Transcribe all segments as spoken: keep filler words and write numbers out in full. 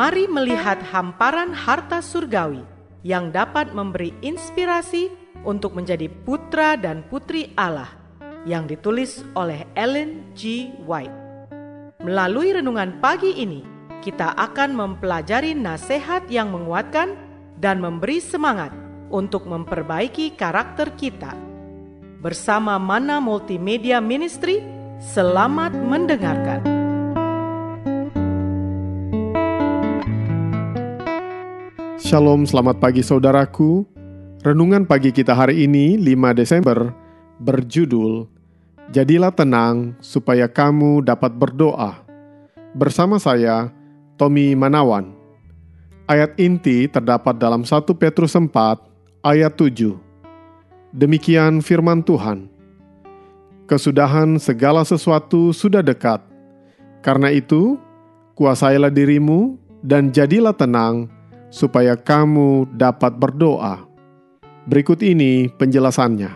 Mari melihat hamparan harta surgawi yang dapat memberi inspirasi untuk menjadi putra dan putri Allah, yang ditulis oleh Ellen G. White. Melalui renungan pagi ini, kita akan mempelajari nasihat yang menguatkan dan memberi semangat untuk memperbaiki karakter kita. Bersama Mana Multimedia Ministry, selamat mendengarkan. Shalom, selamat pagi saudaraku. Renungan pagi kita hari ini, lima Desember, berjudul Jadilah tenang supaya kamu dapat berdoa. Bersama saya, Tommy Manawan. Ayat inti terdapat dalam satu Petrus empat, ayat tujuh. Demikian firman Tuhan. Kesudahan segala sesuatu sudah dekat. Karena itu, kuasailah dirimu dan jadilah tenang, supaya kamu dapat berdoa. Berikut ini penjelasannya.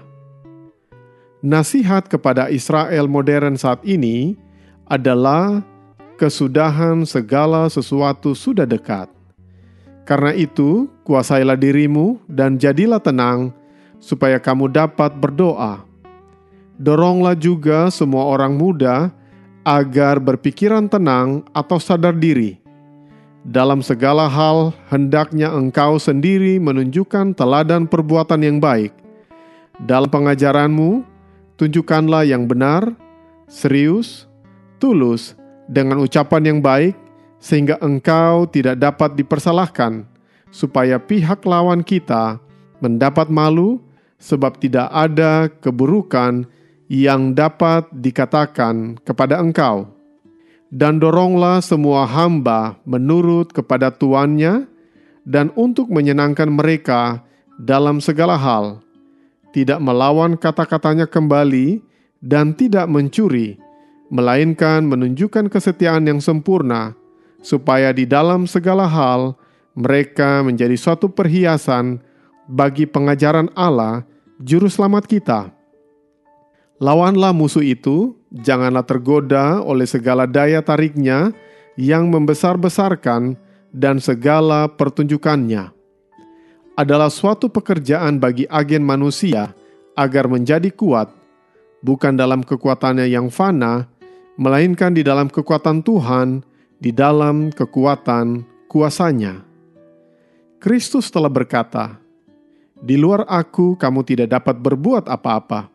Nasihat kepada Israel modern saat ini adalah kesudahan segala sesuatu sudah dekat. Karena itu, kuasailah dirimu dan jadilah tenang, supaya kamu dapat berdoa. Doronglah juga semua orang muda agar berpikiran tenang atau sadar diri. Dalam segala hal, hendaknya engkau sendiri menunjukkan teladan perbuatan yang baik. Dalam pengajaranmu, tunjukkanlah yang benar, serius, tulus, dengan ucapan yang baik, sehingga engkau tidak dapat dipersalahkan, supaya pihak lawan kita mendapat malu, sebab tidak ada keburukan yang dapat dikatakan kepada engkau. Dan doronglah semua hamba menurut kepada tuannya dan untuk menyenangkan mereka dalam segala hal, tidak melawan kata-katanya kembali dan tidak mencuri, melainkan menunjukkan kesetiaan yang sempurna, supaya di dalam segala hal mereka menjadi suatu perhiasan bagi pengajaran Allah, Juru Selamat kita. Lawanlah musuh itu, janganlah tergoda oleh segala daya tariknya yang membesar-besarkan dan segala pertunjukannya. Adalah suatu pekerjaan bagi agen manusia agar menjadi kuat, bukan dalam kekuatannya yang fana, melainkan di dalam kekuatan Tuhan, di dalam kekuatan kuasanya. Kristus telah berkata, "Di luar aku kamu tidak dapat berbuat apa-apa."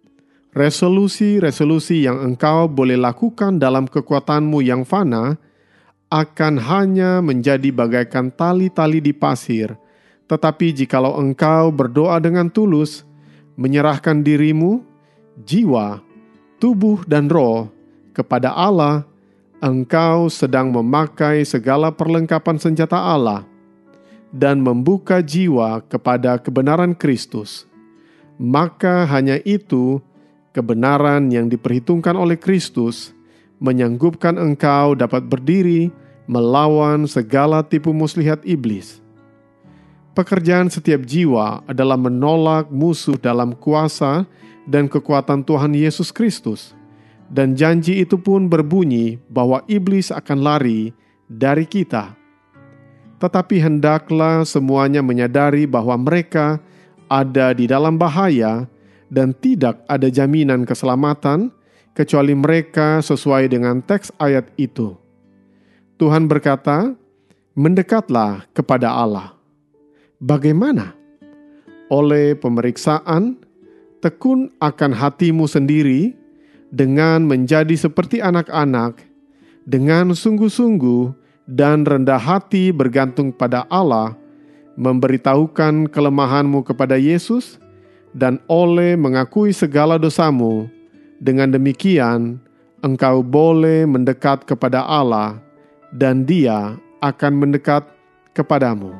Resolusi-resolusi yang engkau boleh lakukan dalam kekuatanmu yang fana akan hanya menjadi bagaikan tali-tali di pasir. Tetapi jikalau engkau berdoa dengan tulus, menyerahkan dirimu, jiwa, tubuh dan roh kepada Allah, engkau sedang memakai segala perlengkapan senjata Allah dan membuka jiwa kepada kebenaran Kristus. Maka hanya itu kebenaran yang diperhitungkan oleh Kristus menyanggupkan engkau dapat berdiri melawan segala tipu muslihat iblis. Pekerjaan setiap jiwa adalah menolak musuh dalam kuasa dan kekuatan Tuhan Yesus Kristus. Dan janji itu pun berbunyi bahwa iblis akan lari dari kita. Tetapi hendaklah semuanya menyadari bahwa mereka ada di dalam bahaya dan tidak ada jaminan keselamatan kecuali mereka sesuai dengan teks ayat itu. Tuhan berkata, "Mendekatlah kepada Allah." Bagaimana? Oleh pemeriksaan, tekun akan hatimu sendiri dengan menjadi seperti anak-anak, dengan sungguh-sungguh dan rendah hati bergantung pada Allah, memberitahukan kelemahanmu kepada Yesus, dan oleh mengakui segala dosamu. Dengan demikian, engkau boleh mendekat kepada Allah, dan Dia akan mendekat kepadamu.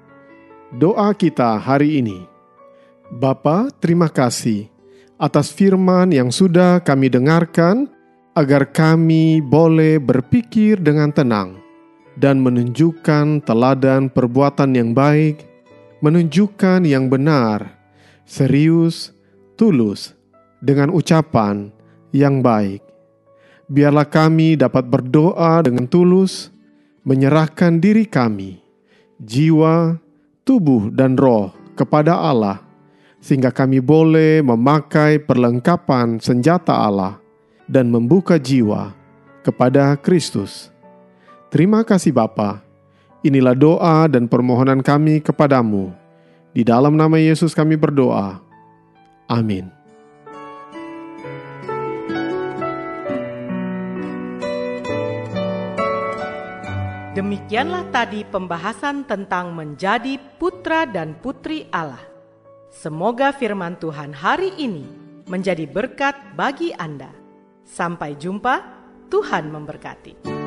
Doa kita hari ini. Bapa, terima kasih atas firman yang sudah kami dengarkan, agar kami boleh berpikir dengan tenang dan menunjukkan teladan perbuatan yang baik, menunjukkan yang benar, serius, tulus, dengan ucapan yang baik. Biarlah kami dapat berdoa dengan tulus, menyerahkan diri kami, jiwa, tubuh, dan roh kepada Allah, sehingga kami boleh memakai perlengkapan senjata Allah dan membuka jiwa kepada Kristus. Terima kasih Bapa. Inilah doa dan permohonan kami kepadamu. Di dalam nama Yesus kami berdoa. Amin. Demikianlah tadi pembahasan tentang menjadi putra dan putri Allah. Semoga firman Tuhan hari ini menjadi berkat bagi Anda. Sampai jumpa, Tuhan memberkati.